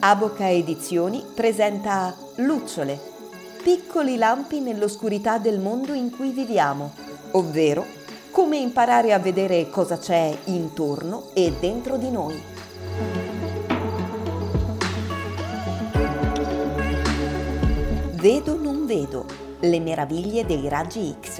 Aboca Edizioni presenta Lucciole, piccoli lampi nell'oscurità del mondo in cui viviamo, ovvero come imparare a vedere cosa c'è intorno e dentro di noi. Vedo non vedo, le meraviglie dei raggi X.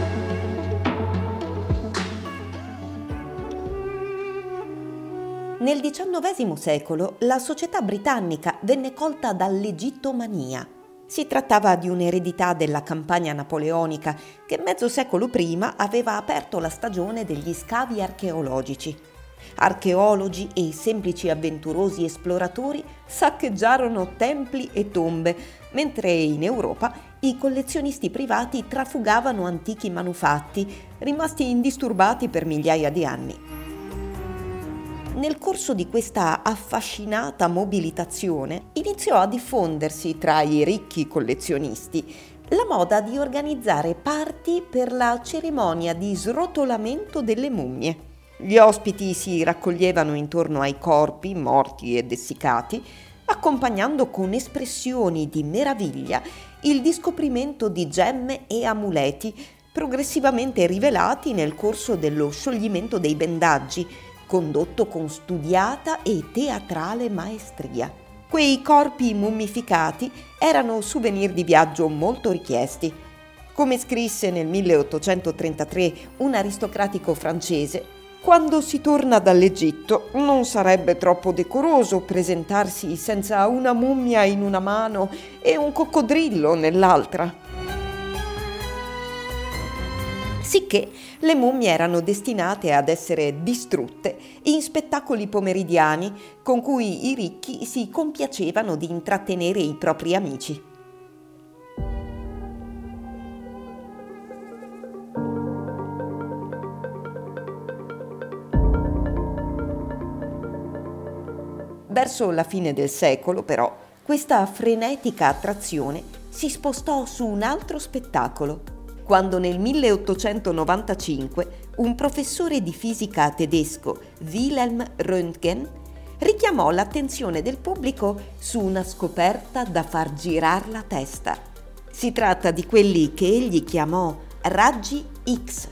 Nel XIX secolo la società britannica venne colta dall'egittomania. Si trattava di un'eredità della campagna napoleonica che mezzo secolo prima aveva aperto la stagione degli scavi archeologici. Archeologi e semplici avventurosi esploratori saccheggiarono templi e tombe, mentre in Europa i collezionisti privati trafugavano antichi manufatti, rimasti indisturbati per migliaia di anni. Nel corso di questa affascinata mobilitazione iniziò a diffondersi tra i ricchi collezionisti la moda di organizzare party per la cerimonia di srotolamento delle mummie. Gli ospiti si raccoglievano intorno ai corpi morti ed essiccati, accompagnando con espressioni di meraviglia il discoprimento di gemme e amuleti progressivamente rivelati nel corso dello scioglimento dei bendaggi, condotto con studiata e teatrale maestria. Quei corpi mummificati erano souvenir di viaggio molto richiesti. Come scrisse nel 1833 un aristocratico francese, quando si torna dall'Egitto non sarebbe troppo decoroso presentarsi senza una mummia in una mano e un coccodrillo nell'altra. Sicché le mummie erano destinate ad essere distrutte in spettacoli pomeridiani con cui i ricchi si compiacevano di intrattenere i propri amici. Verso la fine del secolo, però, questa frenetica attrazione si spostò su un altro spettacolo, quando nel 1895 un professore di fisica tedesco, Wilhelm Röntgen, richiamò l'attenzione del pubblico su una scoperta da far girar la testa. Si tratta di quelli che egli chiamò raggi X.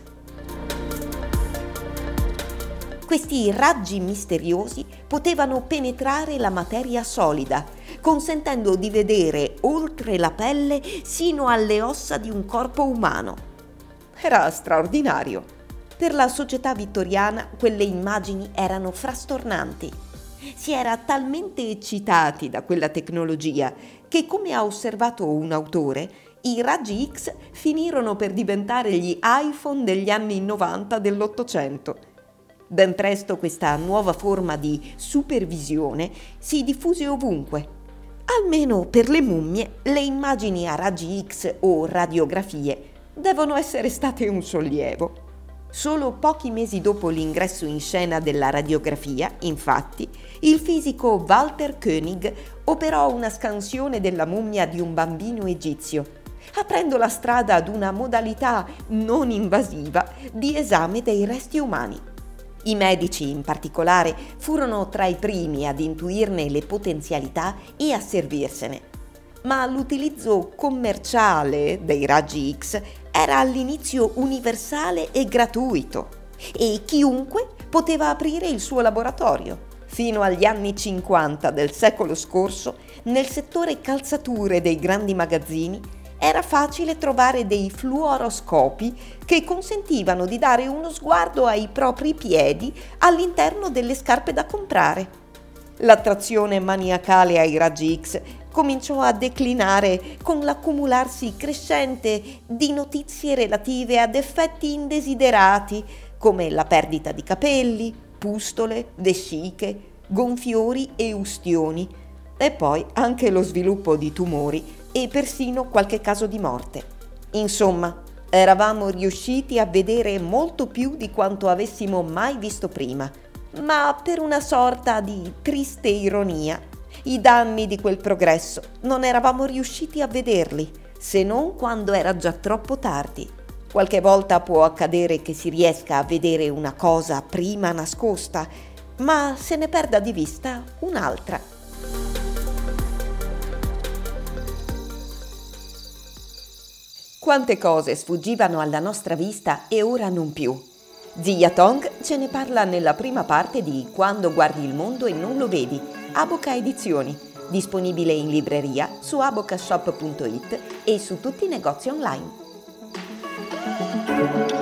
Questi raggi misteriosi potevano penetrare la materia solida, consentendo di vedere oltre la pelle sino alle ossa di un corpo umano. Era straordinario. Per la società vittoriana quelle immagini erano frastornanti. Si era talmente eccitati da quella tecnologia che, come ha osservato un autore, i raggi X finirono per diventare gli iPhone degli anni 90 dell'Ottocento. Ben presto questa nuova forma di supervisione si diffuse ovunque. Almeno per le mummie, le immagini a raggi X o radiografie devono essere state un sollievo. Solo pochi mesi dopo l'ingresso in scena della radiografia, infatti, il fisico Walter Koenig operò una scansione della mummia di un bambino egizio, aprendo la strada ad una modalità non invasiva di esame dei resti umani. I medici, in particolare, furono tra i primi ad intuirne le potenzialità e a servirsene. Ma l'utilizzo commerciale dei raggi X era all'inizio universale e gratuito, e chiunque poteva aprire il suo laboratorio. Fino agli anni 50 del secolo scorso, nel settore calzature dei grandi magazzini, era facile trovare dei fluoroscopi che consentivano di dare uno sguardo ai propri piedi all'interno delle scarpe da comprare. L'attrazione maniacale ai raggi X cominciò a declinare con l'accumularsi crescente di notizie relative ad effetti indesiderati, come la perdita di capelli, pustole, vesciche, gonfiori e ustioni, e poi anche lo sviluppo di tumori e persino qualche caso di morte. Insomma, eravamo riusciti a vedere molto più di quanto avessimo mai visto prima, ma per una sorta di triste ironia, i danni di quel progresso non eravamo riusciti a vederli, se non quando era già troppo tardi. Qualche volta può accadere che si riesca a vedere una cosa prima nascosta, ma se ne perda di vista un'altra. Quante cose sfuggivano alla nostra vista e ora non più. Zia Tong ce ne parla nella prima parte di Quando guardi il mondo e non lo vedi, Aboca Edizioni, disponibile in libreria su abocashop.it e su tutti i negozi online.